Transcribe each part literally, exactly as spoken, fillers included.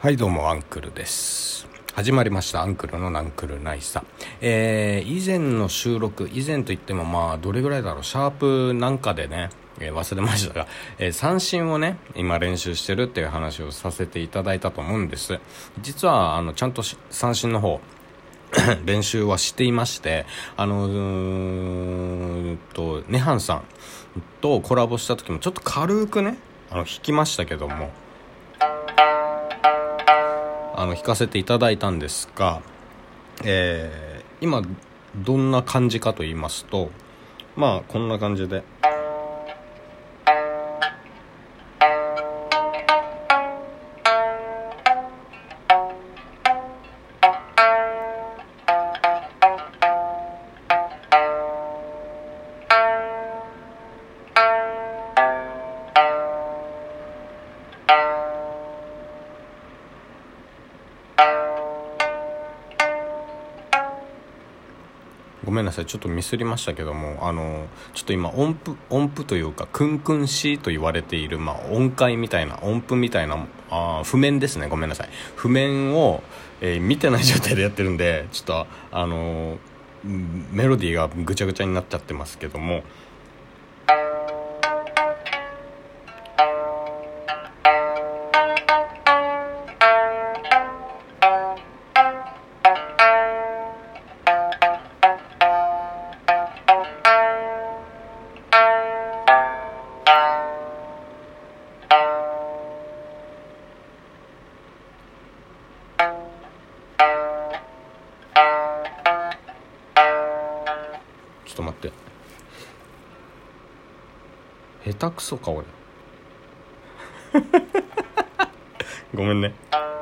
はいどうもアンクルです。始まりましたアンクルのナンクルナイサ、えー、以前の収録以前といってもまあどれぐらいだろうシャープなんかでね、えー、忘れましたが、えー、三振をね今練習してるっていう話をさせていただいたと思うんです。実はあのちゃんと三振の方練習はしていまして、あのーとネハンさんとコラボした時もちょっと軽くねあの弾きましたけども、あの弾かせていただいたんですが、えー、今どんな感じかと言いますと、まあこんな感じでごめんなさいちょっとミスりましたけども、あのちょっと今音符音符というかクンクンシーと言われている、まあ、音階みたいな音符みたいなあ譜面ですね。ごめんなさい譜面を、えー、見てない状態でやってるんでちょっとあのメロディーがぐちゃぐちゃになっちゃってますけども、ちょっと待って下手くそか俺ごめんね。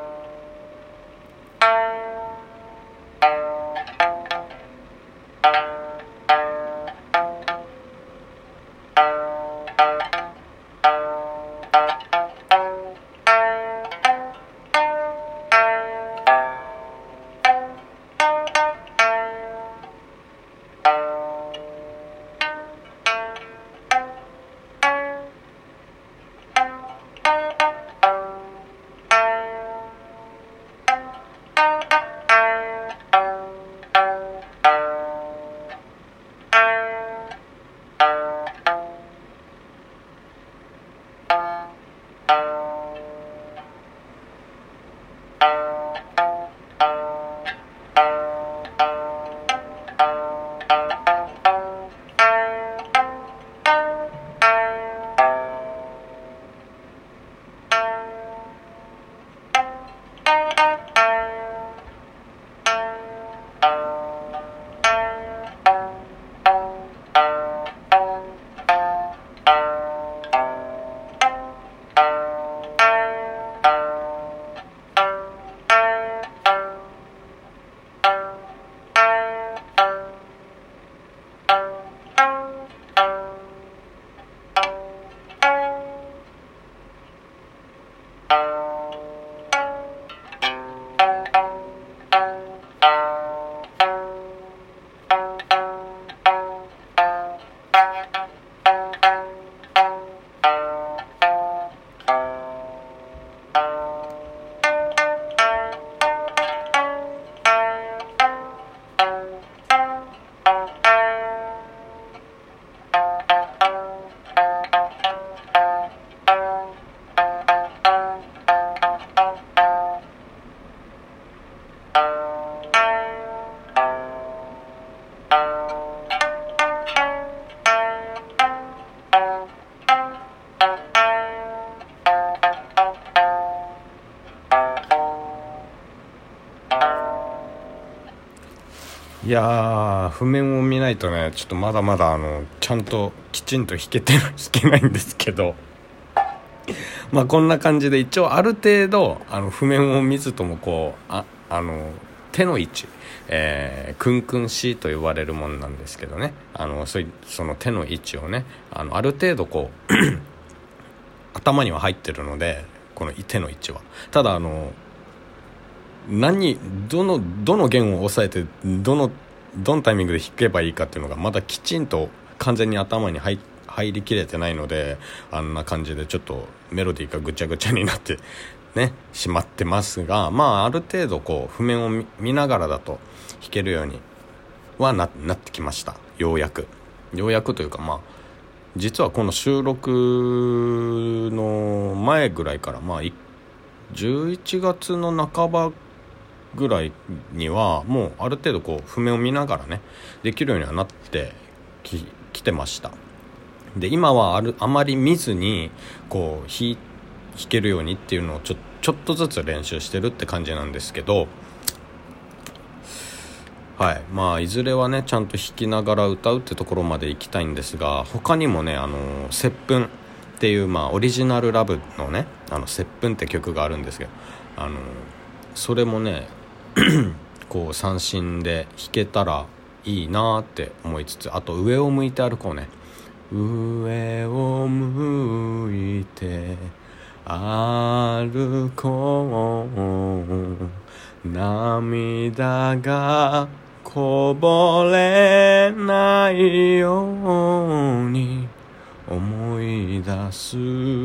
いやー譜面を見ないとねちょっとまだまだあのちゃんときちんと弾けて弾けないんですけどまあこんな感じで一応ある程度あの譜面を見ずともこうああの手の位置、えー、クンクンシーと呼ばれるものなんですけどね、あの そ, その手の位置をね あのある程度こう頭には入ってるのでこの手の位置はただあの何どのどの弦を押さえてどのどのタイミングで弾けばいいかっていうのがまだきちんと完全に頭に入入りきれてないので、あんな感じでちょっとメロディーがぐちゃぐちゃになってねしまってますが、まあある程度こう譜面を 見, 見ながらだと弾けるようには な, なってきました。ようやくようやくというか、まあ実はこの収録の前ぐらいから、まあじゅういちがつの半ばぐらいにはもうある程度こう譜面を見ながらねできるようにはなってききてました。で今はあるあまり見ずにこう弾弾けるようにっていうのをちょ、ちょっとずつ練習してるって感じなんですけど、はい、まあいずれはねちゃんと弾きながら歌うってところまで行きたいんですが、他にもねあの接吻っていう、まあオリジナルラブのねあの接吻って曲があるんですけど、あのそれもねこう三振で弾けたらいいなって思いつつ、あと上を向いて歩こうね、上を向いて歩こう、涙がこぼれないように思い出す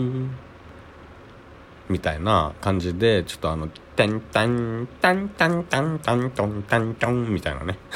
みたいな感じで、ちょっとあのタンタンタンタンタンタントンタントンみたいなね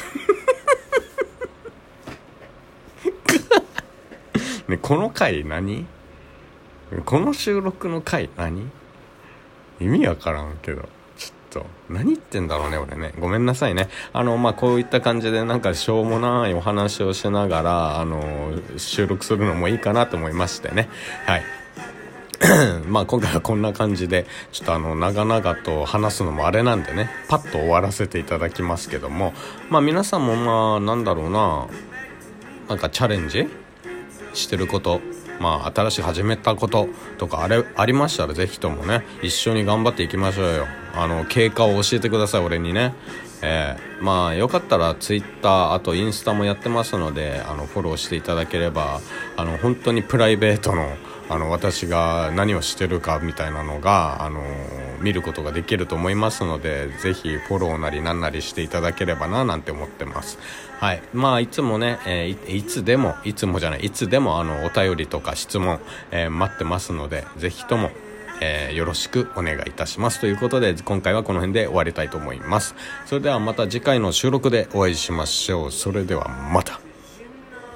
ね、この回何？この収録の回何？意味わからんけど、ちょっと何言ってんだろうね俺ね。ごめんなさいね。あのまあこういった感じでなんかしょうもないお話をしながらあの収録するのもいいかなと思いましてね。はいまあ今回はこんな感じでちょっとあの長々と話すのもあれなんでね、パッと終わらせていただきますけども、まあ皆さんもまあなんだろうな、なんかチャレンジしてること、まあ新しく始めたこととかあれありましたらぜひともね一緒に頑張っていきましょうよ。あの経過を教えてください俺にね。えー、まあよかったらツイッターあとインスタもやってますので、あのフォローしていただければあの本当にプライベートのあの私が何をしてるかみたいなのがあの見ることができると思いますので、ぜひフォローなりなんなりしていただければななんて思ってます。はい、まあいつもね、えー、い, いつでもいつもじゃないいつでもあのお便りとか質問、えー、待ってますので、ぜひとも、えー、よろしくお願いいたしますということで、今回はこの辺で終わりたいと思います。それではまた次回の収録でお会いしましょう。それではまた。